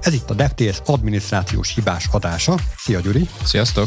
Ez itt a DevTales adminisztrációs hibás adása. Szia Gyuri! Sziasztok!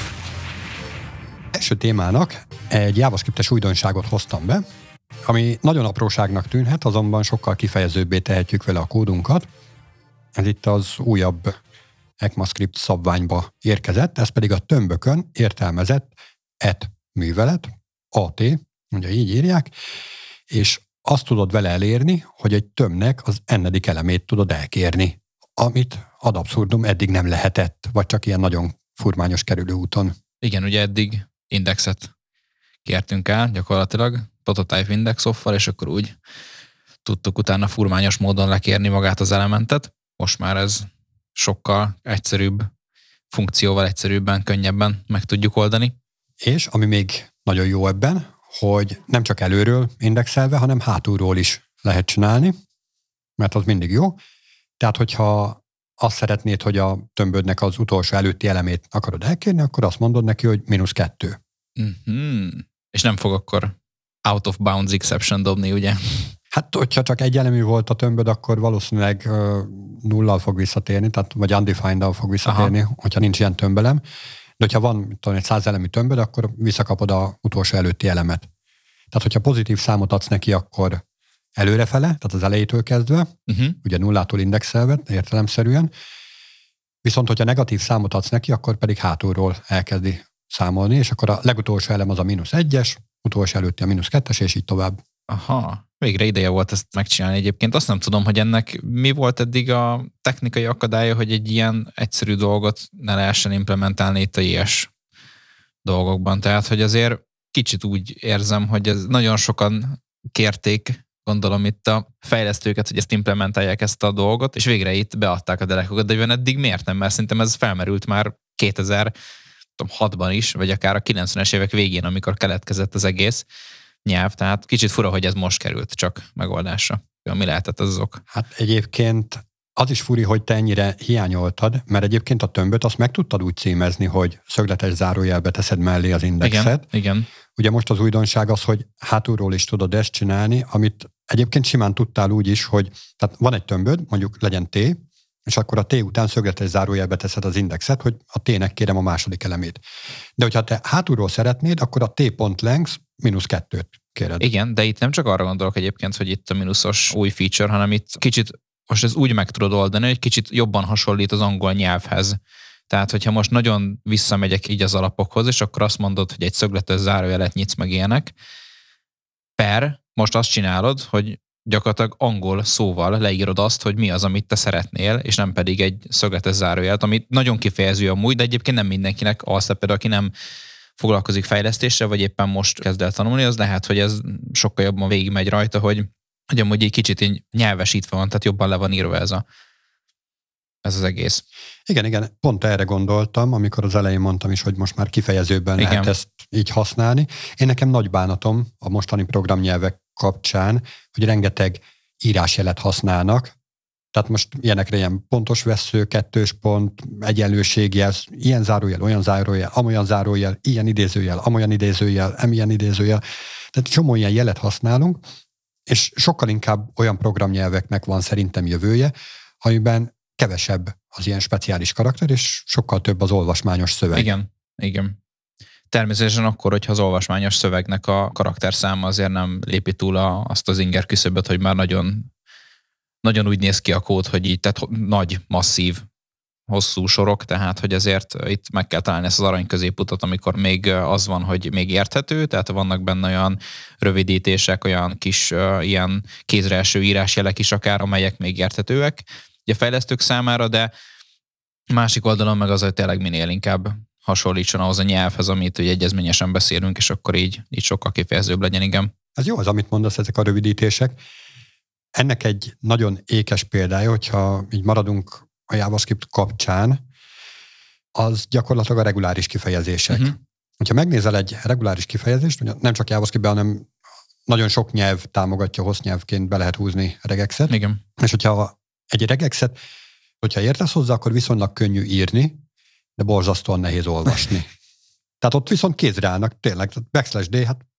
Első témának egy JavaScript-es újdonságot hoztam be, ami nagyon apróságnak tűnhet, azonban sokkal kifejezőbbé tehetjük vele a kódunkat. Ez itt az újabb ECMAScript szabványba érkezett, ez pedig a tömbökön értelmezett AT művelet, AT, ugye így írják, és azt tudod vele elérni, hogy egy tömbnek az n-edik elemét tudod elkérni, amit ad abszurdum eddig nem lehetett, vagy csak ilyen nagyon furmányos kerülő úton. Igen, ugye eddig indexet kértünk el, gyakorlatilag prototype index off-val, és akkor úgy tudtuk utána furmányos módon lekérni magát az elementet. Most már ez sokkal egyszerűbb funkcióval, egyszerűbben, könnyebben meg tudjuk oldani. És ami még nagyon jó ebben, hogy nem csak előről indexelve, hanem hátulról is lehet csinálni, mert az mindig jó. Tehát, hogyha azt szeretnéd, hogy a tömbödnek az utolsó előtti elemét akarod elkérni, akkor azt mondod neki, hogy -2. Mm-hmm. És nem fog akkor out of bounds exception dobni, ugye? Hát, hogyha csak egy elemű volt a tömböd, akkor valószínűleg nullal fog visszatérni, tehát, vagy undefined-dal fog visszatérni, hogyha nincs ilyen tömbelem. De hogyha van egy 100 elemű tömböd, akkor visszakapod az utolsó előtti elemet. Tehát, hogyha pozitív számot adsz neki, akkor előrefele, tehát az elejétől kezdve, ugye nullától indexelve, értelemszerűen. Viszont, hogyha negatív számot adsz neki, akkor pedig hátulról elkezdi számolni, és akkor a legutolsó elem az a -1-es, utolsó előtti a -2-es, és így tovább. Aha, végre ideje volt ezt megcsinálni egyébként. Azt nem tudom, hogy ennek mi volt eddig a technikai akadálya, hogy egy ilyen egyszerű dolgot ne lehessen implementálni itt a JS dolgokban. Tehát, hogy azért kicsit úgy érzem, hogy ez nagyon sokan kérték, gondolom itt a fejlesztőket, hogy ezt implementálják ezt a dolgot, és végre itt beadták a derekokat, de eddig miért nem? Mert szerintem ez felmerült már 2006-ban is, vagy akár a 90-es évek végén, amikor keletkezett az egész nyelv, tehát kicsit fura, hogy ez most került csak megoldásra. Mi lehetett az ok? Hát egyébként az is furi, hogy te ennyire hiányoltad, mert egyébként a tömböt azt meg tudtad úgy címezni, hogy szögletes zárójelbe teszed mellé az indexet. Igen. Ugye most az újdonság az, hogy hátulról is tudod ezt csinálni, amit egyébként simán tudtál úgy is, hogy tehát van egy tömböd, mondjuk legyen T, és akkor a T után szögletes zárójelbe teszed az indexet, hogy a T-nek kérem a második elemét. De hogyha te hátulról szeretnéd, akkor a T.length -2-t kéred. Igen, de itt nem csak arra gondolok egyébként, hogy itt a mínuszos új feature, hanem itt kicsit, most ez úgy meg tudod oldani, hogy kicsit jobban hasonlít az angol nyelvhez. Tehát, hogyha most nagyon visszamegyek így az alapokhoz, és akkor azt mondod, hogy egy szögletes zárójelet nyitsz meg ilyenek, most azt csinálod, hogy gyakorlatilag angol szóval leírod azt, hogy mi az, amit te szeretnél, és nem pedig egy szögletes zárójelet, ami nagyon kifejező amúgy, de egyébként nem mindenkinek, például aki nem foglalkozik fejlesztéssel, vagy éppen most kezd el tanulni, az lehet, hogy ez sokkal jobban végigmegy rajta, hogy amúgy egy kicsit így nyelvesítve van, tehát jobban le van írva ez az egész. Igen, pont erre gondoltam, amikor az elején mondtam is, hogy most már kifejezőben lehet ezt így használni. Én nekem nagy bánatom a mostani programnyelvek kapcsán, hogy rengeteg írásjelet használnak, tehát most ilyenekre ilyen pontos vessző, kettős pont, egyenlőségjel, ilyen zárójel, olyan zárójel, amolyan zárójel, ilyen idézőjel, amolyan idézőjel, amilyen idézőjel. Tehát csomó ilyen jelet használunk, és sokkal inkább olyan programnyelveknek van szerintem jövője, amiben kevesebb az ilyen speciális karakter, és sokkal több az olvasmányos szöveg. Igen. Természetesen akkor, hogyha az olvasmányos szövegnek a karakterszáma azért nem lépi túl azt az inger küszöböt, hogy már nagyon, nagyon úgy néz ki a kód, hogy így, tehát nagy, masszív, hosszú sorok, tehát hogy ezért itt meg kell találni ezt az arany középutat, amikor még az van, hogy még érthető, tehát vannak benne olyan rövidítések, olyan kis ilyen kézre eső írásjelek is akár, amelyek még érthetőek a fejlesztők számára, de másik oldalon meg az, hogy tényleg minél inkább hasonlítson ahhoz a nyelvhez, amit ugye egyezményesen beszélünk, és akkor így sokkal kifejezőbb legyen, igen. Ez jó az, amit mondasz, ezek a rövidítések. Ennek egy nagyon ékes példája, hogyha így maradunk a JavaScript kapcsán, az gyakorlatilag a reguláris kifejezések. Hogyha megnézel egy reguláris kifejezést, nem csak JavaScriptben, hanem nagyon sok nyelv támogatja, hossznyelvként be lehet húzni regexet. Igen. És hogyha egy regexet, hogyha értesz hozzá, akkor viszonylag könnyű írni, de borzasztóan nehéz olvasni. Tehát ott viszont kézre állnak, tényleg, \d, hát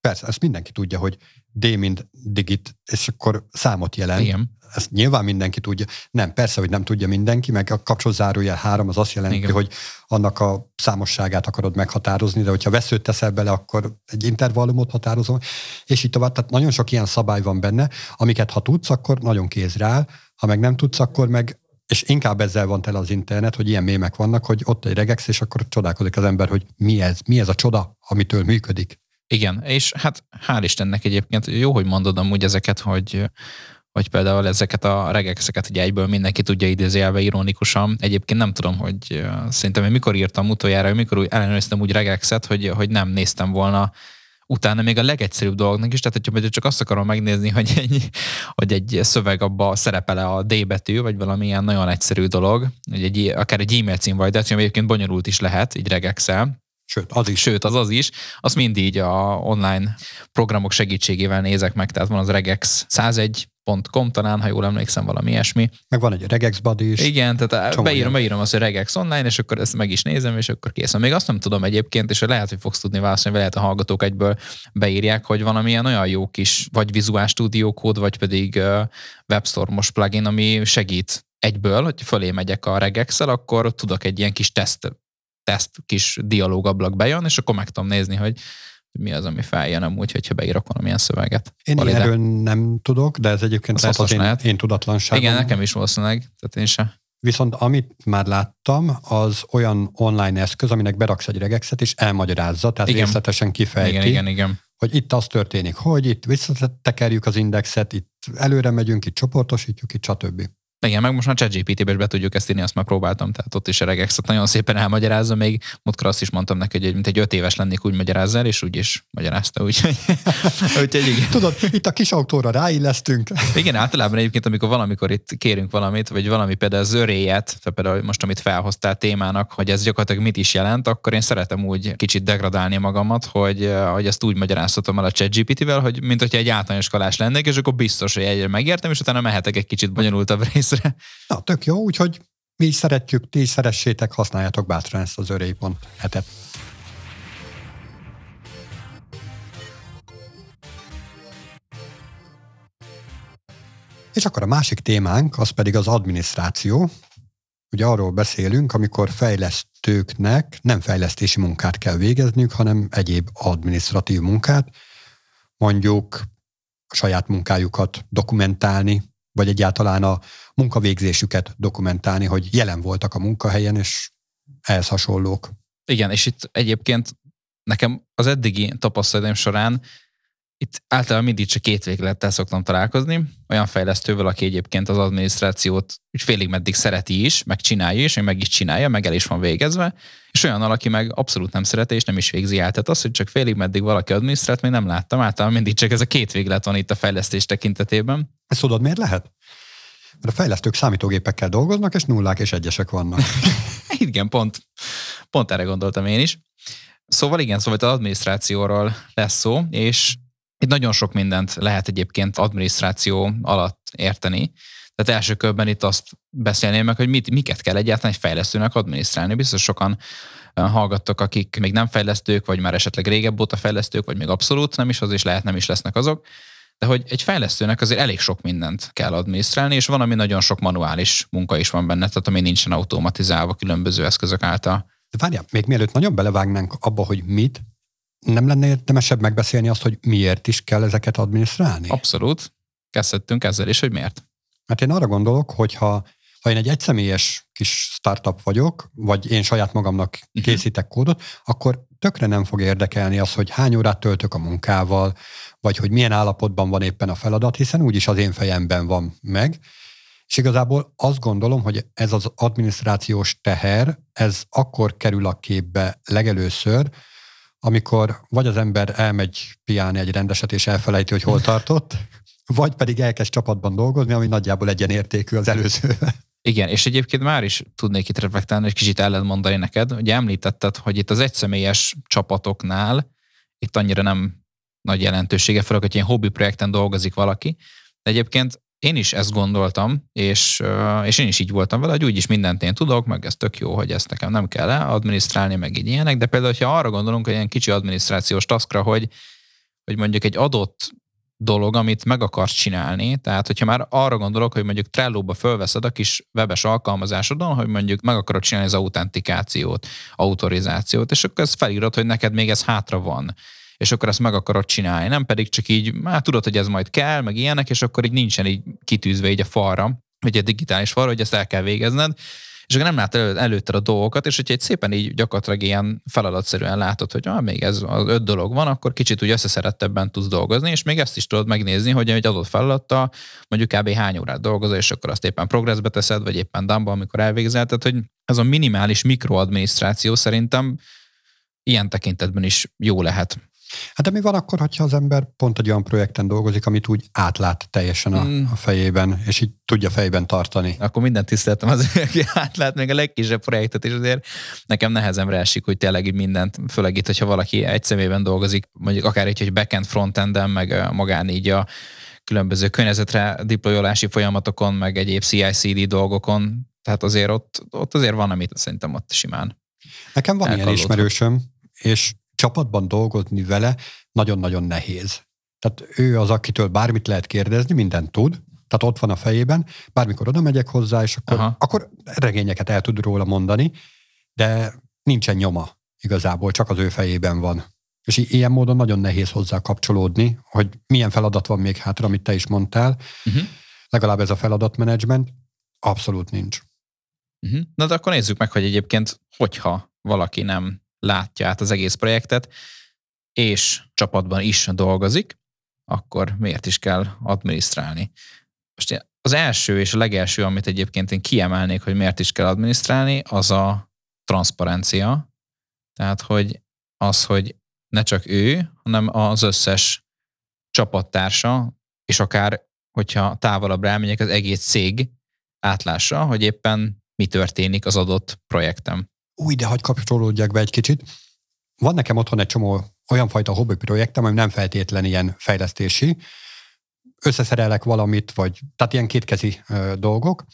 Persze, ezt mindenki tudja, hogy D mint digit, és akkor számot jelent. Igen. Ezt nyilván mindenki tudja. Nem, persze, hogy nem tudja mindenki, meg a kapcsolzárójel 3 az azt jelenti, igen, hogy annak a számosságát akarod meghatározni, de hogyha veszőt teszel bele, akkor egy intervallumot határozom, és így tovább. Tehát nagyon sok ilyen szabály van benne, amiket ha tudsz, akkor nagyon kézre áll, ha meg nem tudsz, akkor meg, és inkább ezzel van tele az internet, hogy ilyen mémek vannak, hogy ott egy regex, és akkor csodálkozik az ember, hogy mi ez a csoda, amitől működik. Igen, és hát hál' Istennek egyébként jó, hogy mondod amúgy ezeket, hogy például ezeket a regexeket ugye egyből mindenki tudja idézőjelbe ironikusan. Egyébként nem tudom, hogy szerintem én mikor írtam utoljára, mikor ellenőriztem úgy regexet, hogy nem néztem volna utána még a legegyszerűbb dolgoknak is, tehát hogyha csak azt akarom megnézni, hogy egy szöveg abba szerepel-e a D betű, vagy valamilyen nagyon egyszerű dolog, hogy akár egy e-mail címvalidáció, ami egyébként bonyolult is lehet, így regexel. Sőt, az is. Azt mind így a online programok segítségével nézek meg, tehát van az regex101.com talán, ha jól emlékszem, valami ilyesmi. Meg van egy regex buddy is. Igen, tehát beírom azt, hogy regex online, és akkor ezt meg is nézem, és akkor kész. Még azt nem tudom egyébként, és lehet, hogy fogsz tudni válaszolni, vagy lehet a hallgatók egyből beírják, hogy van amilyen olyan jó kis, vagy Visual Studio kód, vagy pedig WebStorm-os plugin, ami segít egyből, hogy fölé megyek a regex-el, akkor tudok egy ilyen kis teszt kis dialógablak bejön, és akkor meg tudom nézni, hogy mi az, ami feljön amúgy, hogyha beírok valamilyen szöveget. Én erről nem tudok, de ez egyébként lehet én tudatlanságom. Igen, nekem is valószínűleg, tehát én sem. Viszont amit már láttam, az olyan online eszköz, aminek beraksz egy regexet, és elmagyarázza, tehát igen, részletesen kifejti, igen. hogy itt az történik, hogy itt visszatekerjük az indexet, itt előre megyünk, itt csoportosítjuk, itt stb. Igen, meg most már ChatGPT-be is be tudjuk ezt írni, azt már próbáltam, tehát ott is a regexet nagyon szépen elmagyarázza, még múltkor azt is mondtam neki, hogy mint egy 5 éves lennék, úgy magyarázza el, és úgy is magyarázta, úgyhogy igen. Tudod, itt a kis autóra ráillesztünk. Igen, általában egyébként, amikor valamikor itt kérünk valamit, vagy valami például az öréjét, tehát például most, amit felhoztál témának, hogy ez gyakorlatilag mit is jelent, akkor én szeretem úgy kicsit degradálni magamat, hogy ezt úgy magyaráztatom el a ChatGPT-vel, hogy mint hogyha egy általános iskolás lennék, és akkor biztos, hogy egyre megértem, és utána mehetek egy kicsit bonyolultabb részre. Na, tök jó, úgyhogy mi is szeretjük, ti is szeressétek, használjátok bátran ezt az örei.hetet. És akkor a másik témánk, az pedig az adminisztráció. Ugye arról beszélünk, amikor fejlesztőknek nem fejlesztési munkát kell végezniük, hanem egyéb adminisztratív munkát, mondjuk a saját munkájukat dokumentálni, vagy egyáltalán a munkavégzésüket dokumentálni, hogy jelen voltak a munkahelyen, és ehhez hasonlók. Igen, és itt egyébként nekem az eddigi tapasztalatom során itt általában mindig csak 2 véglettel szoktam találkozni, olyan fejlesztővel, aki egyébként az adminisztrációt úgy félig meddig szereti is, meg csinálja is, meg is csinálja, meg el is van végezve, és olyannal, aki meg abszolút nem szereti, és nem is végzi el. Tehát az, hogy csak félig meddig valaki adminisztrált, még nem láttam, általában mindig csak ez a 2 véglet van itt a fejlesztés tekintetében. Ezt tudod, miért lehet? Mert a fejlesztők számítógépekkel dolgoznak, és nullák és egyesek vannak. Igen, pont erre gondoltam én is. Szóval az adminisztrációról lesz szó, és itt nagyon sok mindent lehet egyébként adminisztráció alatt érteni. Tehát első körben itt azt beszélném meg, hogy miket kell egyáltalán egy fejlesztőnek adminisztrálni. Biztos sokan hallgattok, akik még nem fejlesztők, vagy már esetleg régebb óta fejlesztők, vagy még abszolút nem is, az is lehet, nem is lesznek azok. De hogy egy fejlesztőnek azért elég sok mindent kell adminisztrálni, és van, ami nagyon sok manuális munka is van benne, tehát ami nincsen automatizálva különböző eszközök által. De várjál, még mielőtt nagyon belevágnánk abba, hogy mit, nem lenne érdemesebb megbeszélni azt, hogy miért is kell ezeket adminisztrálni? Abszolút. Kezdhettünk ezzel is, hogy miért. Mert én arra gondolok, hogy ha én egy egyszemélyes kis startup vagyok, vagy én saját magamnak készítek kódot, akkor tökre nem fog érdekelni az, hogy hány órát töltök a munkával, vagy hogy milyen állapotban van éppen a feladat, hiszen úgyis az én fejemben van meg. És igazából azt gondolom, hogy ez az adminisztrációs teher, ez akkor kerül a képbe legelőször, amikor vagy az ember elmegy piálni egy rendeset, és elfelejti, hogy hol tartott, vagy pedig elkezd csapatban dolgozni, ami nagyjából egyenértékű az előzővel. Igen, és egyébként már is tudnék itt reflektálni, és kicsit ellentmondani neked. Ugye említetted, hogy itt az egyszemélyes csapatoknál itt annyira nem nagy jelentősége, főleg, hogy ilyen hobbi projekten dolgozik valaki. De egyébként én is ezt gondoltam, és én is így voltam vele, hogy úgyis mindent én tudok, meg ez tök jó, hogy ezt nekem nem kell adminisztrálni, meg így ilyenek, de például, ha arra gondolunk, hogy ilyen kicsi adminisztrációs taskra, hogy hogy mondjuk egy adott dolog, amit meg akarsz csinálni, tehát hogyha már arra gondolok, hogy mondjuk Trello-ba fölveszed a kis webes alkalmazásodon, hogy mondjuk meg akarod csinálni az autentikációt, autorizációt, és akkor ezt felírod, hogy neked még ez hátra van, és akkor ezt meg akarod csinálni, nem pedig csak így, tudod, hogy ez majd kell, meg ilyenek, és akkor így nincsen így kitűzve így a falra, vagy egy digitális falra, hogy ezt el kell végezned, és akkor nem látod előtted a dolgokat, és hogyha egy szépen így gyakorlatilag ilyen feladatszerűen látod, hogy még ez az 5 dolog van, akkor kicsit úgy összeszerettebben tudsz dolgozni, és még ezt is tudod megnézni, hogy egy adott feladattal mondjuk kb. Hány órát dolgozol, és akkor azt éppen progressbe teszed, vagy éppen dumba, amikor elvégzel. Tehát, hogy ez a minimális mikroadminisztráció szerintem ilyen tekintetben is jó lehet. Hát de mi van akkor, hogyha az ember pont egy olyan projekten dolgozik, amit úgy átlát teljesen a fejében, és így tudja fejben tartani? Akkor mindent tiszteltem azért, aki átlát még a legkisebb projektet, és azért nekem nehezemre esik, hogy tényleg így mindent, főleg itt, hogyha valaki egy személyben dolgozik, mondjuk akár így, hogy backend, frontenden, meg magán így a különböző környezetre deployolási folyamatokon, meg egyéb CI/CD dolgokon, tehát azért ott azért van, amit szerintem ott simán. Nekem van ilyen ismerősöm, és csapatban dolgozni vele nagyon-nagyon nehéz. Tehát ő az, akitől bármit lehet kérdezni, mindent tud, tehát ott van a fejében, bármikor oda megyek hozzá, és akkor regényeket el tud róla mondani, de nincsen nyoma igazából, csak az ő fejében van. És ilyen módon nagyon nehéz hozzá kapcsolódni, hogy milyen feladat van még hátra, amit te is mondtál. Legalább ez a feladatmenedzsment abszolút nincs. Na de akkor nézzük meg, hogy egyébként hogyha valaki nem látja át az egész projektet, és csapatban is dolgozik, akkor miért is kell adminisztrálni? Most az első és a legelső, amit egyébként én kiemelnék, hogy miért is kell adminisztrálni, az a transzparencia. Tehát, hogy ne csak ő, hanem az összes csapattársa, és akár, hogyha távolabb elmegyek, az egész cég átlássa, hogy éppen mi történik az adott projektem. De hadd kapcsolódjak be egy kicsit. Van nekem otthon egy csomó olyan fajta hobbi projektem, ami nem feltétlen ilyen fejlesztési. Összeszerelek valamit, tehát ilyen kétkezi dolgok,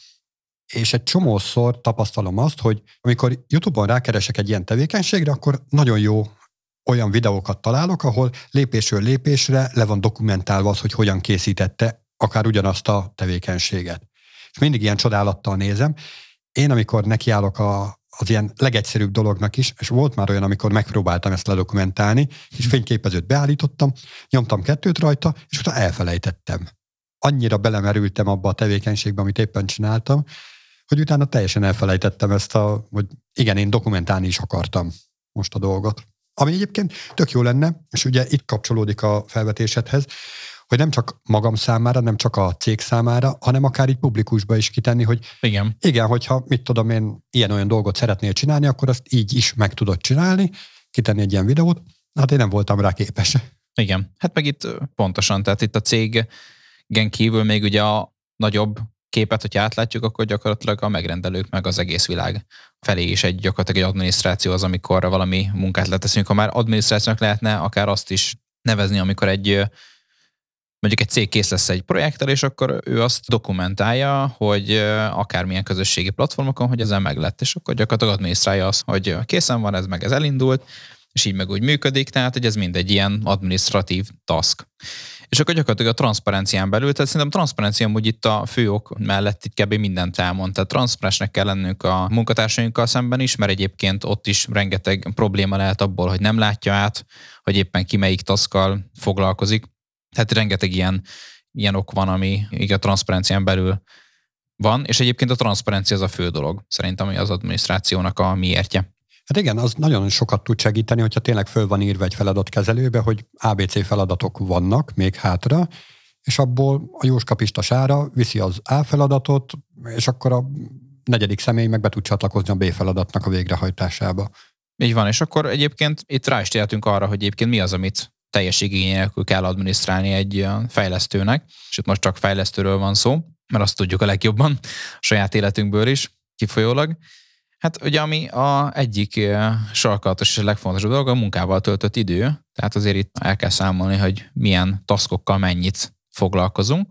és egy csomószor tapasztalom azt, hogy amikor YouTube-on rákeresek egy ilyen tevékenységre, akkor nagyon jó olyan videókat találok, ahol lépésről lépésre le van dokumentálva az, hogy hogyan készítette akár ugyanazt a tevékenységet. És mindig ilyen csodálattal nézem. Én, amikor nekiállok az ilyen legegyszerűbb dolognak is, és volt már olyan, amikor megpróbáltam ezt ledokumentálni, és fényképezőt beállítottam, nyomtam 2 rajta, és utána elfelejtettem. Annyira belemerültem abba a tevékenységbe, amit éppen csináltam, hogy utána teljesen elfelejtettem hogy igen, én dokumentálni is akartam most a dolgot. Ami egyébként tök jó lenne, és ugye itt kapcsolódik a felvetésedhez, hogy nem csak magam számára, nem csak a cég számára, hanem akár így publikusba is kitenni, hogy igen, hogyha mit tudom én, ilyen-olyan dolgot szeretnél csinálni, akkor azt így is meg tudod csinálni, kitenni egy ilyen videót, hát én nem voltam rá képes. Igen, hát meg itt pontosan, tehát itt a cégen kívül még ugye a nagyobb képet, hogyha átlátjuk, akkor gyakorlatilag a megrendelők meg az egész világ felé is gyakorlatilag egy adminisztráció az, amikor valami munkát leteszünk. Ha már adminisztrációnak lehetne akár azt is nevezni, amikor mondjuk egy cég kész lesz egy projekttel, és akkor ő azt dokumentálja, hogy akármilyen közösségi platformokon, hogy ezzel meglett, és akkor gyakorlatilag adminisztrálja azt, hogy készen van, ez elindult, és így meg úgy működik, tehát hogy ez mind egy ilyen adminisztratív task. És akkor gyakorlatilag a transzparencián belül, tehát szerintem a transzparencia amúgy itt a fő ok mellett itt kb. Mindent elmond. Tehát transzparensnek kell lennünk a munkatársainkkal szemben is, mert egyébként ott is rengeteg probléma lehet abból, hogy nem látja át, hogy éppen ki melyik taskkal foglalkozik. Tehát rengeteg ilyen ok van, ami így a transzparencián belül van, és egyébként a transzparencia az a fő dolog, szerintem, ami az adminisztrációnak a miértje. Hát igen, az nagyon sokat tud segíteni, hogyha tényleg föl van írva egy feladatkezelőbe, hogy ABC feladatok vannak még hátra, és abból a Jóska Pista Sára viszi az A feladatot, és akkor a 4. személy meg be tud csatlakozni a B feladatnak a végrehajtásába. Így van, és akkor egyébként itt rá is térhetünk arra, hogy egyébként mi az, amit teljességigény nélkül kell adminisztrálni egy fejlesztőnek, és itt most csak fejlesztőről van szó, mert azt tudjuk a legjobban a saját életünkből is kifolyólag. Hát ugye ami egyik sarkalatos és a legfontosabb dolog, a munkával töltött idő, tehát azért itt el kell számolni, hogy milyen taskokkal mennyit foglalkozunk,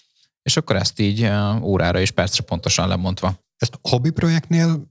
és akkor ezt így órára és percre pontosan lemondva. Ezt hobbi projektnél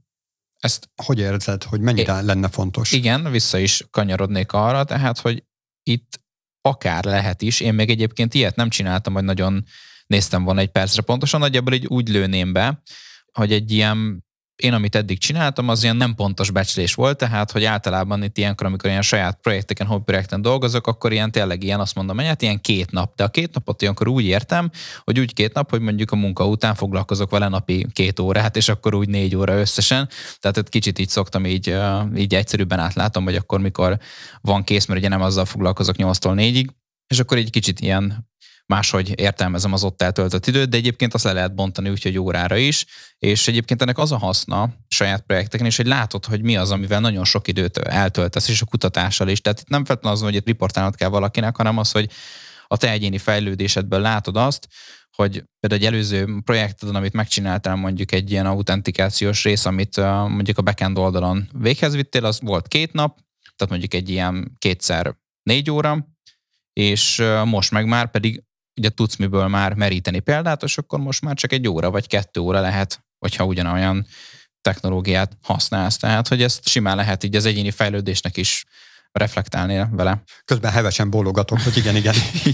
hogy érzed, hogy mennyire lenne fontos? Igen, vissza is kanyarodnék arra, tehát hogy itt akár lehet is. Én még egyébként ilyet nem csináltam, hogy nagyon néztem volna egy percre pontosan, nagyjából így úgy lőném be, hogy egy ilyen, én amit eddig csináltam, az ilyen nem pontos becslés volt, tehát, hogy általában itt ilyenkor, amikor ilyen saját projekteken, hobby projekten dolgozok, akkor ilyen tényleg ilyen, azt mondom, hogy hát ilyen 2 nap. De a 2 napot ilyenkor úgy értem, hogy úgy 2 nap, hogy mondjuk a munka után foglalkozok vele napi 2 órát, és akkor úgy 4 óra összesen. Tehát egy kicsit így szoktam, így egyszerűbben átlátom, hogy akkor mikor van kész, mert ugye nem azzal foglalkozok 8-tól 4-ig, és akkor így kicsit ilyen máshogy értelmezem az ott eltöltött időt, de egyébként azt le lehet bontani úgyhogy órára is, és egyébként ennek az a haszna saját projekteken is, hogy látod, hogy mi az, amivel nagyon sok időt eltöltesz, és a kutatással is. Tehát itt nem feltétlenül az, hogy itt riportálnod kell valakinek, hanem az, hogy a te egyéni fejlődésedből látod azt, hogy például egy előző projektedon, amit megcsináltál, mondjuk egy ilyen autentikációs rész, amit mondjuk a backend oldalon véghez vittél, az volt 2 nap, tehát mondjuk egy ilyen 2x4 óra, és most meg már pedig ugye tudsz miből már meríteni példát, és akkor most már csak 1 óra vagy 2 óra lehet, hogyha ugyanolyan technológiát használsz. Tehát, hogy ezt simán lehet így az egyéni fejlődésnek is reflektálni vele. Közben hevesen bólogatok, hogy igen.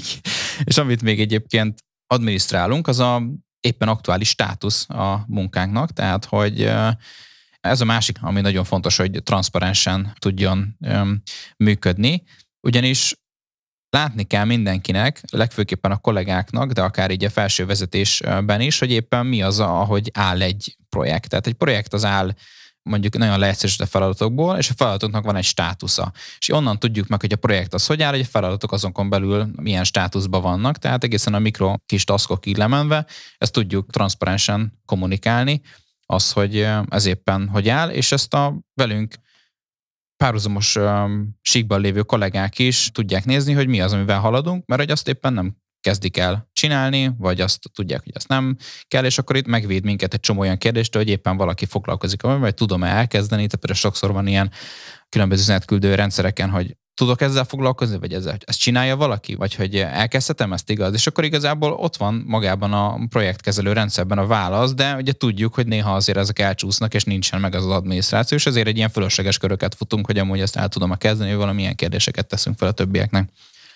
És amit még egyébként adminisztrálunk, az a éppen aktuális státusz a munkánknak, tehát, hogy ez a másik, ami nagyon fontos, hogy transzparensen tudjon működni, ugyanis látni kell mindenkinek, legfőképpen a kollégáknak, de akár így a felső vezetésben is, hogy éppen mi az, ahogy áll egy projekt. Tehát egy projekt az áll mondjuk nagyon leegyszerűsített feladatokból, és a feladatoknak van egy státusza. És onnan tudjuk meg, hogy a projekt az hogy áll, hogy a feladatok azokon belül milyen státuszban vannak, tehát egészen a mikro kis taskokig lemenve, ezt tudjuk transzparensen kommunikálni, az, hogy ez éppen hogy áll, és ezt a velünk párhuzamos síkban lévő kollégák is tudják nézni, hogy mi az, amivel haladunk, mert hogy azt éppen nem kezdik el csinálni, vagy azt tudják, hogy azt nem kell, és akkor itt megvéd minket egy csomó olyan kérdéstől, hogy éppen valaki foglalkozik, vagy tudom-e elkezdeni, tehát például sokszor van ilyen különböző üzenetküldő rendszereken, hogy tudok ezzel foglalkozni, vagy ezt csinálja valaki, vagy hogy elkezdhetem, ezt igaz, és akkor igazából ott van magában a projektkezelő rendszerben a válasz, de ugye tudjuk, hogy néha azért ezek elcsúsznak, és nincsen meg az adminisztráció, és ezért egy ilyen fölösleges köröket futunk, hogy amúgy ezt el tudom kezdeni, hogy valamilyen kérdéseket teszünk fel a többieknek.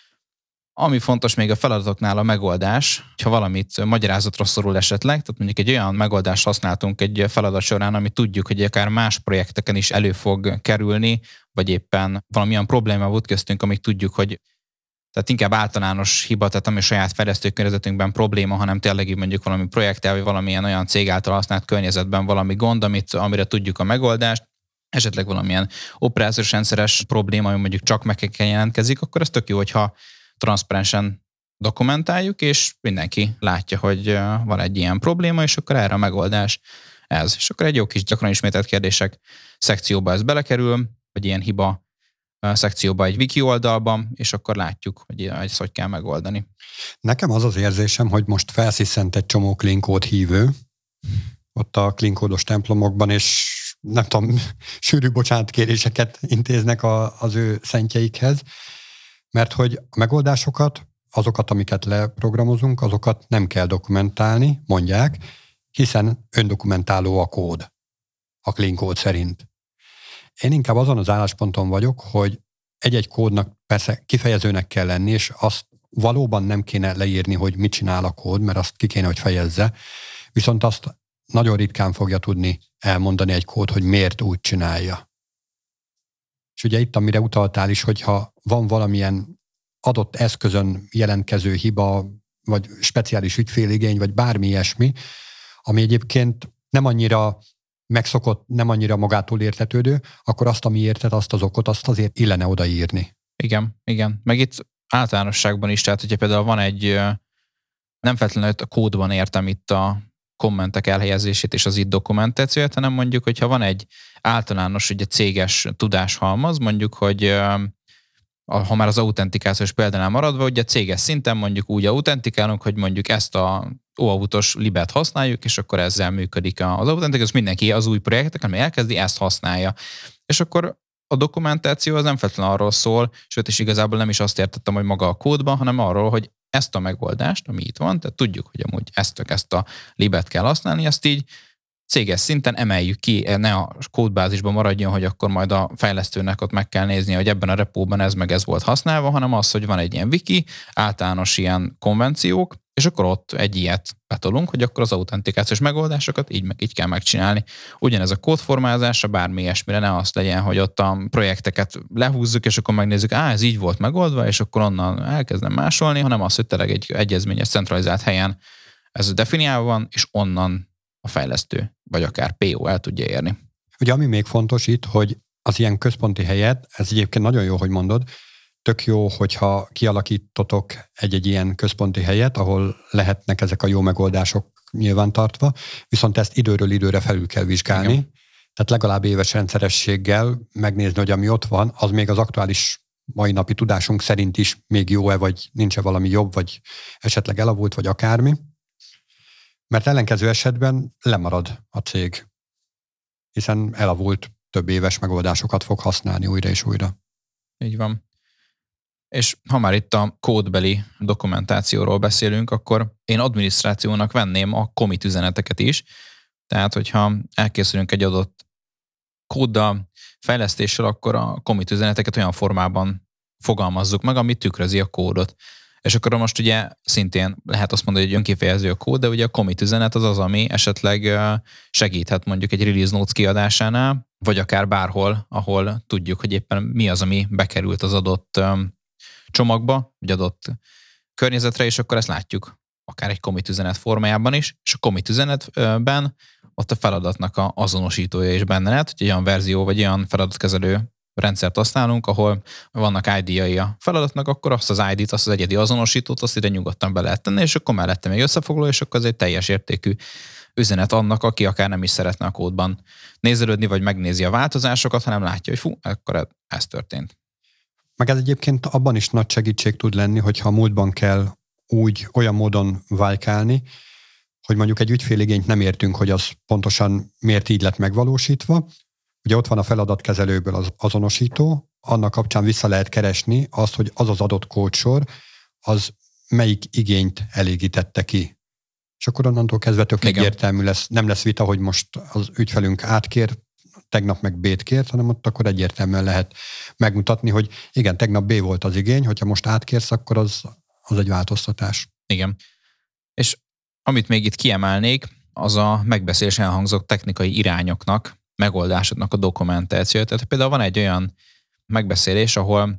Ami fontos még a feladatoknál a megoldás, ha valamit magyarázatra szorul esetleg, tehát mondjuk egy olyan megoldást használtunk egy feladat során, ami tudjuk, hogy akár más projekteken is elő fog kerülni, vagy éppen valamilyen probléma volt köztünk, amit tudjuk, hogy tehát inkább általános hiba, tehát ami a saját fejlesztőkörnyezetünkben probléma, hanem tényleg mondjuk valami projekttel, vagy valamilyen olyan cég által használt környezetben valami gond, amire tudjuk a megoldást, esetleg valamilyen operációs rendszeres probléma, ami mondjuk csak Mac-eken jelentkezik, akkor ez tök jó, hogyha transzparensen dokumentáljuk, és mindenki látja, hogy van egy ilyen probléma, és akkor erre a megoldás ez. És akkor egy jó kis gyakran ismételt kérdések szekcióba ez belekerül, vagy ilyen hiba szekcióba egy wiki oldalban, és akkor látjuk, hogy ezt hogy kell megoldani. Nekem az az érzésem, hogy most felsziszent egy csomó clean code hívő, ott a clean code-os templomokban, és nem tudom, sűrű bocsánatkéréseket intéznek az ő szentjeikhez, mert hogy a megoldásokat, azokat, amiket leprogramozunk, azokat nem kell dokumentálni, mondják, hiszen öndokumentáló a kód, a clean code szerint. Én inkább azon az állásponton vagyok, hogy egy-egy kódnak persze kifejezőnek kell lenni, és azt valóban nem kéne leírni, hogy mit csinál a kód, mert azt ki kéne, hogy fejezze, viszont azt nagyon ritkán fogja tudni elmondani egy kód, hogy miért úgy csinálja. És ugye itt, amire utaltál is, hogyha van valamilyen adott eszközön jelentkező hiba, vagy speciális ügyféligény, vagy bármi ilyesmi, ami egyébként nem annyira megszokott, nem annyira magától értetődő, akkor azt, ami érted, azt az okot, azt azért illene odaírni. Igen. Meg itt általánosságban is, tehát hogyha például van egy, nem feltétlenül a kódban értem itt a kommentek elhelyezését és az itt dokumentációt, hanem mondjuk, hogyha van egy általános ugye, céges tudáshalmaz, mondjuk, hogy ha már az autentikációs példánál maradva, ugye céges szinten mondjuk úgy autentikálunk, hogy mondjuk ezt a OAuth-os libet használjuk, és akkor ezzel működik az autentikáció, mindenki az új projektek, ami elkezdi, ezt használja. És akkor a dokumentáció az nem feltétlenül arról szól, sőt, és igazából nem is azt értettem, hogy maga a kódban, hanem arról, hogy ezt a megoldást, ami itt van, tehát tudjuk, hogy amúgy ezt a libet kell használni, ezt így céges szinten emeljük ki, ne a kódbázisban maradjon, hogy akkor majd a fejlesztőnek ott meg kell nézni, hogy ebben a repóban ez meg ez volt használva, hanem az, hogy van egy ilyen wiki, általános ilyen konvenciók, és akkor ott egy ilyet betolunk, hogy akkor az autentikációs megoldásokat így kell megcsinálni. Ugyanez a kódformázásra, bármi ilyesmire ne az legyen, hogy ott a projekteket lehúzzuk, és akkor megnézzük, ez így volt megoldva, és akkor onnan elkezdem másolni, hanem az, hogy tényleg egy egyezményes, centralizált helyen ez definiálva van, és onnan a fejlesztő, vagy akár PO el tudja érni. Ugye ami még fontos itt, hogy az ilyen központi helyet, ez egyébként nagyon jó, hogy mondod, tök jó, hogyha kialakítotok egy ilyen központi helyet, ahol lehetnek ezek a jó megoldások nyilvántartva, viszont ezt időről időre felül kell vizsgálni. Igen. Tehát legalább éves rendszerességgel megnézni, hogy ami ott van, az még az aktuális mai napi tudásunk szerint is még jó-e, vagy nincs-e valami jobb, vagy esetleg elavult, vagy akármi. Mert ellenkező esetben lemarad a cég, hiszen elavult több éves megoldásokat fog használni újra és újra. Így van. És ha már itt a kódbeli dokumentációról beszélünk, akkor én adminisztrációnak venném a commit üzeneteket is. Tehát, hogyha elkészülünk egy adott kóddal, fejlesztéssel, akkor a commit üzeneteket olyan formában fogalmazzuk meg, ami tükrözi a kódot. És akkor most ugye szintén lehet azt mondani, hogy önkifejező a kód, de ugye a commit üzenet az, ami esetleg segíthet mondjuk egy release notes kiadásánál, vagy akár bárhol, ahol tudjuk, hogy éppen mi az, ami bekerült az adott csomagba, vagy adott környezetre, és akkor ezt látjuk akár egy commit üzenet formájában is, és a commit üzenetben ott a feladatnak az azonosítója is benne lehet, hogy egy olyan verzió, vagy olyan feladatkezelő rendszert használunk, ahol vannak ID-jai a feladatnak, akkor azt az ID-t, azt az egyedi azonosítót, azt ide nyugodtan be lehet tenni, és akkor mellette még összefoglaló, és akkor ez egy teljes értékű üzenet annak, aki akár nem is szeretne a kódban nézelődni, vagy megnézi a változásokat, hanem látja, hogy akkor ez történt. Meg ez egyébként abban is nagy segítség tud lenni, hogyha a múltban kell olyan módon válkálni, hogy mondjuk egy ügyféligényt nem értünk, hogy az pontosan miért így lett megvalósítva. Ugye ott van a feladatkezelőből az azonosító, annak kapcsán vissza lehet keresni azt, hogy az az adott kódsor, az melyik igényt elégítette ki. És akkor onnantól kezdve tök egyértelmű lesz, nem lesz vita, hogy most az ügyfelünk átkér, tegnap meg B-t kért, hanem ott akkor egyértelműen lehet megmutatni, hogy igen, tegnap B volt az igény, hogyha most átkérsz, akkor az egy változtatás. Igen. És amit még itt kiemelnék, az a megbeszélés elhangzott technikai irányoknak, megoldásoknak a dokumentációja. Tehát például van egy olyan megbeszélés,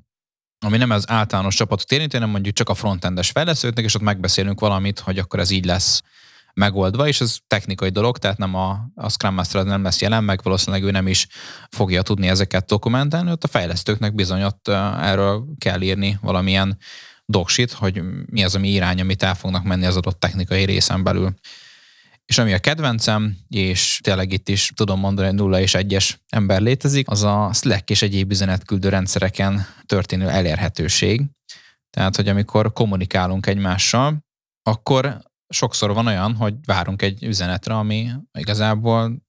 ami nem az általános csapatot érinti, hanem mondjuk csak a frontendes fejlesztőknek, és ott megbeszélünk valamit, hogy akkor ez így lesz megoldva, és ez technikai dolog, tehát nem a Scrum Master nem lesz jelen, meg valószínűleg ő nem is fogja tudni ezeket dokumentálni, ott a fejlesztőknek bizony ott erről kell írni valamilyen doksit, hogy mi az, ami irány, amit el fognak menni az adott technikai részen belül. És ami a kedvencem, és tényleg itt is tudom mondani, hogy 0 és 1-es ember létezik, az a Slack és egyéb üzenetküldő rendszereken történő elérhetőség. Tehát, hogy amikor kommunikálunk egymással, akkor sokszor van olyan, hogy várunk egy üzenetre, ami igazából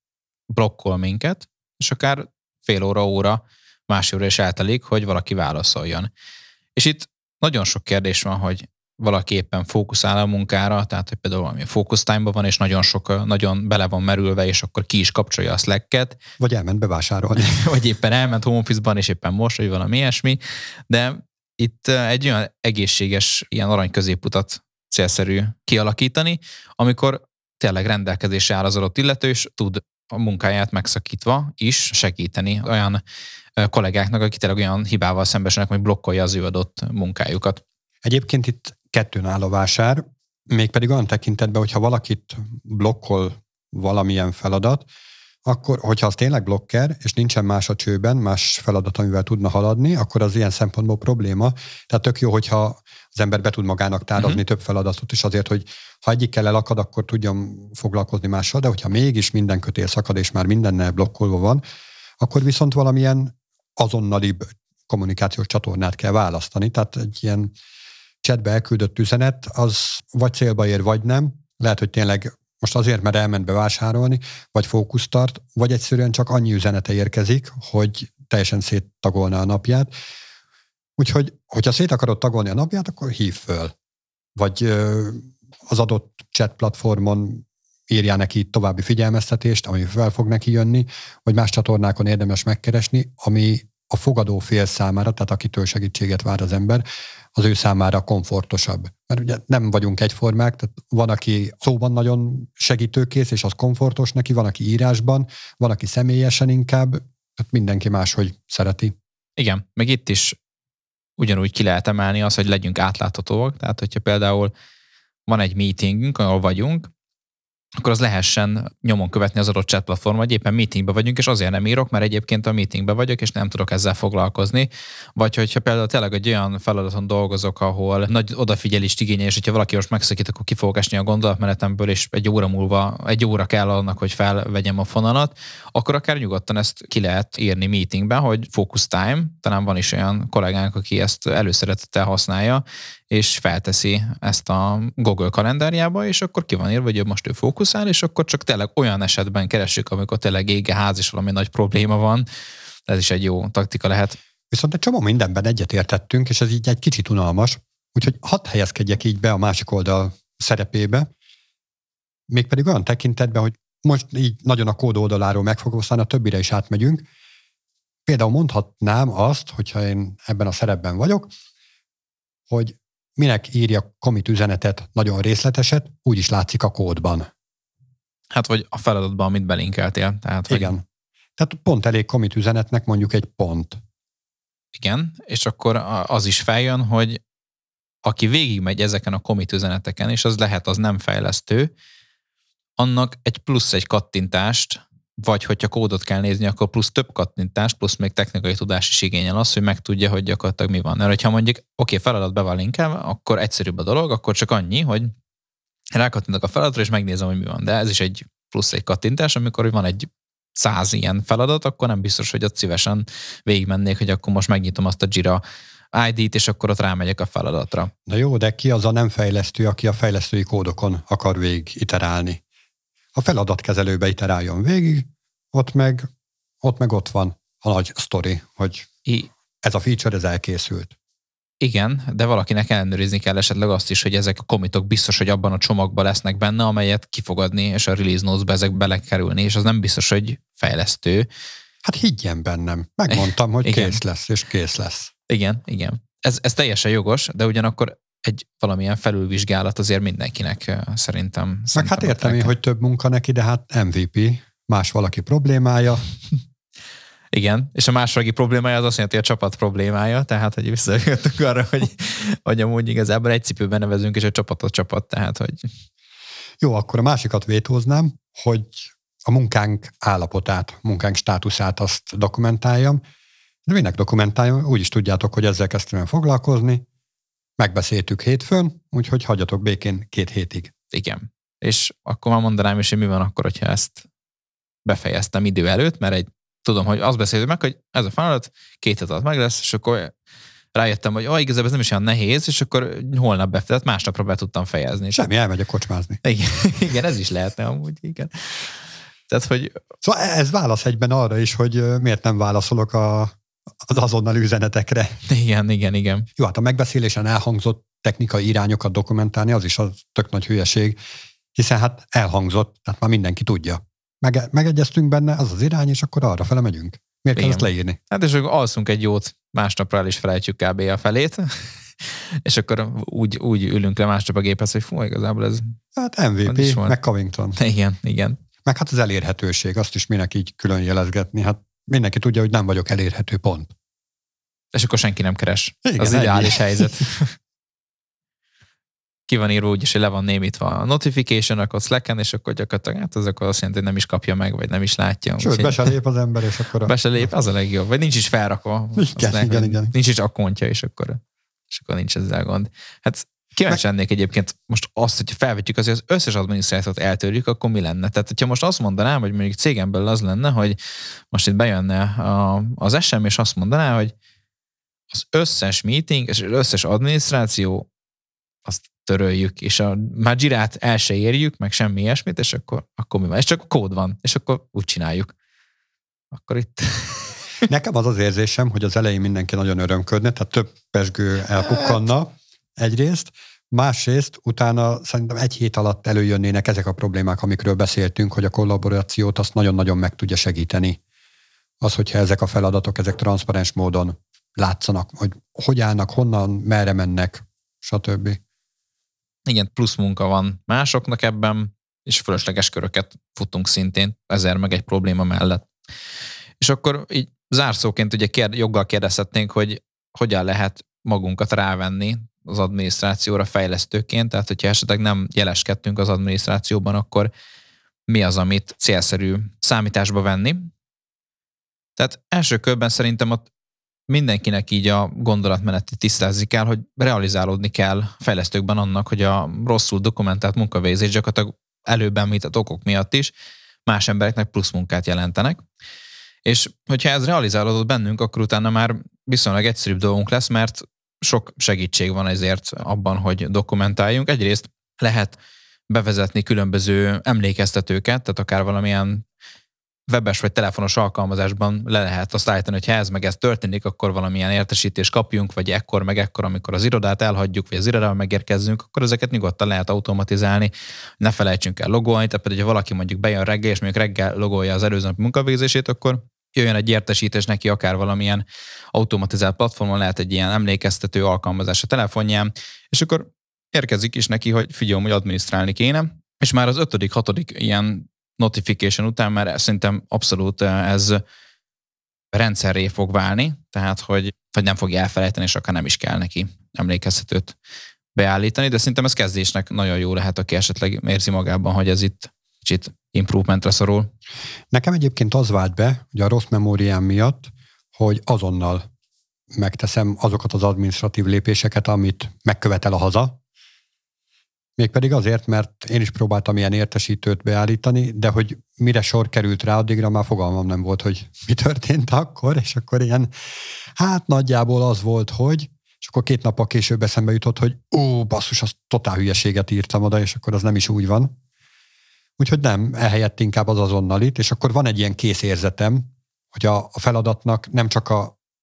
blokkol minket, és akár fél óra, másfél óra is eltelik, hogy valaki válaszoljon. És itt nagyon sok kérdés van, hogy valaki éppen fókuszál a munkára, tehát hogy például valami focus time-ban van, és nagyon bele van merülve, és akkor ki is kapcsolja a Slack-et. Vagy elment bevásárolni. Vagy éppen elment home office-ban, és éppen most, vagy valami ilyesmi. De itt egy olyan egészséges, ilyen arany középutat célszerű kialakítani, amikor tényleg rendelkezésre áll az adott illető, és tud a munkáját megszakítva is segíteni olyan kollégáknak, akik tényleg olyan hibával szembesülnek, hogy blokkolja az ő adott munkájukat. Egyébként itt kettőn áll a vásár, mégpedig olyan tekintetben, hogyha valakit blokkol valamilyen feladat, akkor, hogyha az tényleg blokker, és nincsen más a csőben, más feladat, amivel tudna haladni, akkor az ilyen szempontból probléma. Tehát tök jó, hogyha az ember be tud magának tárazni több feladatot is azért, hogy ha egyikkel elakad, akkor tudjon foglalkozni mással, de hogyha mégis minden kötél szakad, és már mindennel blokkolva van, akkor viszont valamilyen azonnalibb kommunikációs csatornát kell választani. Tehát egy ilyen chatbe elküldött üzenet, az vagy célba ér, vagy nem. Lehet, hogy tényleg most azért, mert elment bevásárolni, vagy fókuszt tart, vagy egyszerűen csak annyi üzenete érkezik, hogy teljesen széttagolná a napját. Úgyhogy, hogyha szét akarod tagolni a napját, akkor hív föl. Vagy az adott chat platformon írjál neki további figyelmeztetést, ami fel fog neki jönni, vagy más csatornákon érdemes megkeresni, ami a fogadó fél számára, tehát akitől segítséget vár az ember, az ő számára komfortosabb. Mert ugye nem vagyunk egyformák, tehát van, aki szóban nagyon segítőkész, és az komfortos neki, van, aki írásban, van, aki személyesen inkább, tehát mindenki máshogy szereti. Igen, meg itt is ugyanúgy ki lehet emelni az, hogy legyünk átláthatóak, tehát hogyha például van egy meetingünk, ahol vagyunk, akkor az lehessen nyomon követni az adott chat platform, vagy éppen meetingben vagyunk, és azért nem írok, mert egyébként a meetingben vagyok, és nem tudok ezzel foglalkozni. Vagy hogyha például tényleg egy olyan feladaton dolgozok, ahol nagy odafigyelést igényel, és hogyha valaki most megszakít, akkor ki fogok esni a gondolatmenetemből, és egy óra kell annak, hogy felvegyem a fonalat, akkor akár nyugodtan ezt ki lehet írni meetingben, hogy focus time, talán van is olyan kollégánk, aki ezt előszeretettel használja, és felteszi ezt a Google kalendáriába, és akkor ki van írva, hogy most ő fókuszál, és akkor csak tényleg olyan esetben keressük, amikor tényleg ége ház, és valami nagy probléma van. Ez is egy jó taktika lehet. Viszont egy csomó mindenben egyetértettünk, és ez így egy kicsit unalmas, úgyhogy hadd helyezkedjek így be a másik oldal szerepébe, mégpedig olyan tekintetben, hogy most így nagyon a kód oldaláról megfogva, aztán a többire is átmegyünk. Például mondhatnám azt, hogyha én ebben a szerepben vagyok, hogy minek írja commit üzenetet, nagyon részleteset, úgy is látszik a kódban. Hát, vagy a feladatban, amit belinkeltél. Tehát, igen. Hogy... Tehát pont elég commit üzenetnek mondjuk egy pont. Igen, és akkor az is feljön, hogy aki végigmegy ezeken a commit üzeneteken, és az lehet, az nem fejlesztő, annak egy kattintást, vagy hogyha kódot kell nézni, akkor plusz több kattintást, plusz még technikai tudás is igényel az, hogy megtudja, hogy gyakorlatilag mi van. Mert hogyha mondjuk, feladat be van linkelve, akkor egyszerűbb a dolog, akkor csak annyi, hogy rákattintok a feladatra, és megnézem, hogy mi van. De ez is egy plusz egy kattintás, amikor van egy 100 ilyen feladat, akkor nem biztos, hogy ott szívesen végigmennék, hogy akkor most megnyitom azt a Jira ID-t, és akkor ott rámegyek a feladatra. Na jó, de ki az a nem fejlesztő, aki a fejlesztői kódokon akar végig iterálni? A feladatkezelőbe iteráljon végig, ott meg ott van a nagy sztori, hogy ez a feature, ez elkészült. Igen, de valakinek ellenőrizni kell esetleg azt is, hogy ezek a commitok biztos, hogy abban a csomagban lesznek benne, amelyet kifogadni, és a release notes-be ezek belekerülni, és az nem biztos, hogy fejlesztő. Hát higgyen bennem. Megmondtam, hogy kész lesz, és kész lesz. Igen. Ez teljesen jogos, de ugyanakkor egy valamilyen felülvizsgálat azért mindenkinek szerintem. Meg hát értem én, hogy több munka neki, de hát MVP, más valaki problémája. Igen, és a második problémája az azt jelenti, hogy a csapat problémája, tehát hogy visszajöttünk arra, hogy amúgy igazából egy cipőben nevezünk, és a csapat, tehát hogy... Jó, akkor a másikat vétóznám, hogy a munkánk állapotát, munkánk státuszát azt dokumentáljam. De minek dokumentáljam? Úgy is tudjátok, hogy ezzel kezdtem foglalkozni. Megbeszéltük hétfőn, úgyhogy hagyjatok békén 2 hétig. Igen. És akkor már mondanám is, hogy mi van akkor, hogyha ezt befejeztem idő előtt, mert tudom, hogy azt beszéltük meg, hogy ez a feladat 2 hét alatt meg lesz, és akkor rájöttem, hogy igazából ez nem is olyan nehéz, és akkor holnap tehát másnapra be tudtam fejezni. Semmi, elmegyek kocsmázni. Igen, ez is lehetne amúgy, igen. Tehát, hogy... Szóval ez válasz egyben arra is, hogy miért nem válaszolok az azonnal üzenetekre. Igen. Jó, hát a megbeszélésen elhangzott technikai irányokat dokumentálni, az is az tök nagy hülyeség, hiszen hát elhangzott, tehát már mindenki tudja. Megegyeztünk benne, az az irány, és akkor arra fele megyünk. Miért kell ezt leírni? Hát és akkor alszunk egy jót, másnapra el is felejtjük kb. A felét, és akkor úgy ülünk le másnap a géphez, hogy fú, igazából ez... Hát MVP, meg Covington. Igen. Meg hát az elérhetőség, azt is minek így külön jelezgetni. Hát mindenki tudja, hogy nem vagyok elérhető, pont. És akkor senki nem keres. Igen, az ideális helyzet. Ki van írva úgyis, hogy le van némítva a notification, akkor Slacken, és akkor gyakorlatilag hát az akkor azt jelenti, hogy nem is kapja meg, vagy nem is látja. Sőt, be se lép az ember, és akkor... Be se lép, az a legjobb. Vagy nincs is felrakva. Igen. Nincs is akkontja, és akkor nincs ezzel gond. Hát kíváncsi lennék egyébként most azt, hogy felvetjük azért az összes adminisztrációt eltörjük, akkor mi lenne? Tehát, hogyha most azt mondanám, hogy mondjuk cégen belül az lenne, hogy most itt bejönne az SM, és azt mondaná, hogy az összes meeting, és az összes adminisztráció azt töröljük, és már Jirát el se érjük, meg semmi ilyesmit, és akkor mi van? És csak kód van, és akkor úgy csináljuk. Akkor itt... Nekem az érzésem, hogy az elején mindenki nagyon örömködne, tehát több pezsgő elpukkanna egyrészt, Másrészt utána szerintem 1 hét alatt előjönnének ezek a problémák, amikről beszéltünk, hogy a kollaborációt azt nagyon-nagyon meg tudja segíteni. Az, hogyha ezek a feladatok, ezek transzparens módon látszanak, hogy állnak, honnan, merre mennek, stb. Igen, plusz munka van másoknak ebben, és fölösleges köröket futunk szintén, ezért meg egy probléma mellett. És akkor így zárszóként ugye joggal kérdezhetnénk, hogy hogyan lehet magunkat rávenni az adminisztrációra fejlesztőként, tehát hogyha esetleg nem jeleskedtünk az adminisztrációban, akkor mi az, amit célszerű számításba venni. Tehát első körben szerintem ott mindenkinek így a gondolatmenetét tisztázni kell, hogy realizálódni kell fejlesztőkben annak, hogy a rosszul dokumentált munkavégzés gyakorlatilag előbb említett okok miatt is más embereknek plusz munkát jelentenek. És hogyha ez realizálódott bennünk, akkor utána már viszonylag egyszerűbb dolgunk lesz, mert sok segítség van ezért abban, hogy dokumentáljunk. Egyrészt lehet bevezetni különböző emlékeztetőket, tehát akár valamilyen webes vagy telefonos alkalmazásban le lehet azt állítani, hogy ha ez meg ez történik, akkor valamilyen értesítést kapjunk, vagy ekkor meg ekkor, amikor az irodát elhagyjuk, vagy az irodába megérkezzünk, akkor ezeket nyugodtan lehet automatizálni. Ne felejtsünk el logolni, tehát például, ha valaki mondjuk bejön reggel, és mondjuk reggel logolja az előző nap munkavégzését, akkor jöjjön egy értesítés neki akár valamilyen automatizált platformon, lehet egy ilyen emlékeztető alkalmazás a telefonján, és akkor érkezik is neki, hogy figyelj, hogy adminisztrálni kéne, és már az 5.-6. ilyen notification után már szerintem abszolút ez rendszerré fog válni, tehát hogy nem fogja elfelejteni, és akár nem is kell neki emlékeztetőt beállítani, de szerintem ez kezdésnek nagyon jó lehet, aki esetleg érzi magában, hogy ez itt kicsit improvementre szorul. Nekem egyébként az vált be, hogy a rossz memóriám miatt, hogy azonnal megteszem azokat az adminisztratív lépéseket, amit megkövetel a haza. Mégpedig azért, mert én is próbáltam ilyen értesítőt beállítani, de hogy mire sor került rá, addigra már fogalmam nem volt, hogy mi történt akkor, és akkor ilyen, hát nagyjából az volt, hogy, és akkor 2 nappal később eszembe jutott, hogy basszus, az totál hülyeséget írtam oda, és akkor az nem is úgy van. Úgyhogy nem, ehelyett inkább az azonnalit, és akkor van egy ilyen kész érzetem, hogy a feladatnak nem csak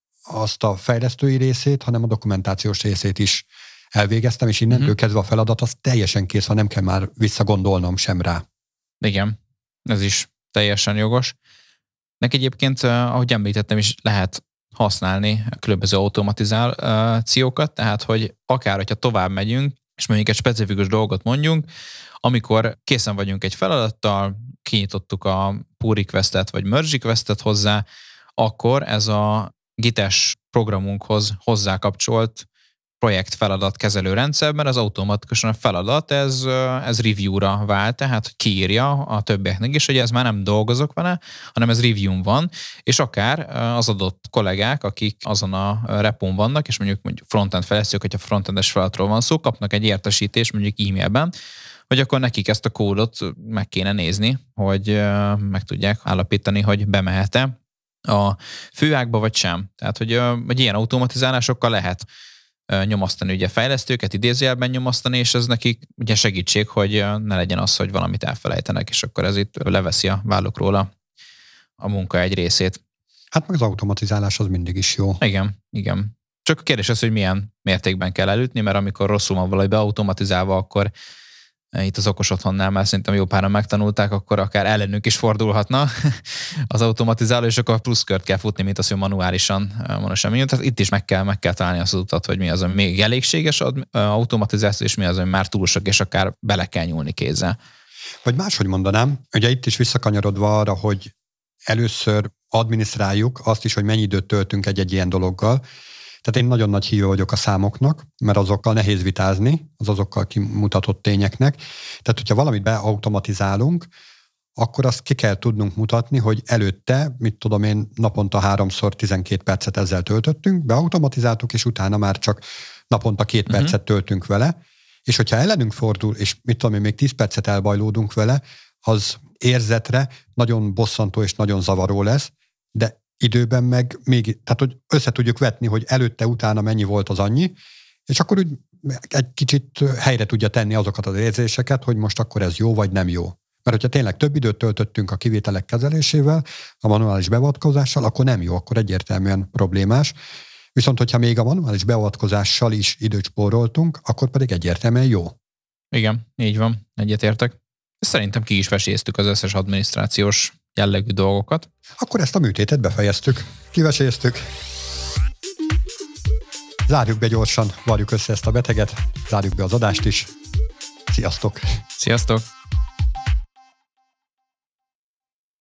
azt a fejlesztői részét, hanem a dokumentációs részét is elvégeztem, és innentől kezdve a feladat az teljesen kész van, nem kell már visszagondolnom sem rá. Igen, ez is teljesen jogos. Nek egyébként, ahogy említettem is, lehet használni különböző automatizációkat, tehát hogy akár, hogyha tovább megyünk, és mondjuk egy specifikus dolgot mondjunk, amikor készen vagyunk egy feladattal, kinyitottuk a pull requestet vagy merge requestet hozzá, akkor ez a Git-es programunkhoz hozzákapcsolt projekt feladat kezelő rendszerben az automatikusan a feladat, ez review-ra vált, tehát hogy kiírja a többieknek is, hogy ez már nem dolgozok vele, hanem ez review-n van, és akár az adott kollégák, akik azon a repón vannak, és mondjuk frontend fejlesztők, hogyha frontendes feladatról van szó, kapnak egy értesítést mondjuk e-mailben, hogy akkor nekik ezt a kódot meg kéne nézni, hogy meg tudják állapítani, hogy bemehet-e a főágba, vagy sem. Tehát, hogy ilyen automatizálásokkal lehet nyomasztani ugye fejlesztőket, idézőjelben nyomasztani, és ez nekik ugye segítség, hogy ne legyen az, hogy valamit elfelejtenek, és akkor ez itt leveszi a vállukról a munka egy részét. Hát meg az automatizálás az mindig is jó. Igen. Csak a kérdés az, hogy milyen mértékben kell elütni, mert amikor rosszul van valami beautomatizálva, akkor itt az okos otthonnál már szerintem jó páran megtanulták, akkor akár ellenünk is fordulhatna az automatizáló, és akkor pluszkört kell futni, mint az, hogy manuálisan van semmi. Tehát itt is meg kell találni azt az utat, hogy mi az, ami még elégséges automatizáció, és mi az, ami már túl sok, és akár bele kell nyúlni kézzel. Vagy máshogy mondanám, ugye itt is visszakanyarodva arra, hogy először adminisztráljuk azt is, hogy mennyi időt töltünk egy ilyen dologgal. Tehát én nagyon nagy hívő vagyok a számoknak, mert azokkal nehéz vitázni, az azokkal kimutatott tényeknek. Tehát, hogyha valamit beautomatizálunk, akkor azt ki kell tudnunk mutatni, hogy előtte, mit tudom én, naponta 3-szor 12 percet ezzel töltöttünk, beautomatizáltuk, és utána már csak naponta 2 percet töltünk vele, és hogyha ellenünk fordul, és mit tudom én, még 10 percet elbajlódunk vele, az érzetre nagyon bosszantó és nagyon zavaró lesz, de időben meg még, tehát hogy össze tudjuk vetni, hogy előtte, utána mennyi volt az annyi, és akkor úgy egy kicsit helyre tudja tenni azokat az érzéseket, hogy most akkor ez jó, vagy nem jó. Mert hogyha tényleg több időt töltöttünk a kivételek kezelésével, a manuális beavatkozással, akkor nem jó, akkor egyértelműen problémás. Viszont, hogyha még a manuális beavatkozással is időt spóroltunk, akkor pedig egyértelműen jó. Igen, így van, egyetértek. Szerintem ki is veséztük az összes adminisztrációs jellegű dolgokat. Akkor ezt a műtétet befejeztük. Kiveséztük. Zárjuk be gyorsan, varjuk össze ezt a beteget, zárjuk be az adást is. Sziasztok! Sziasztok!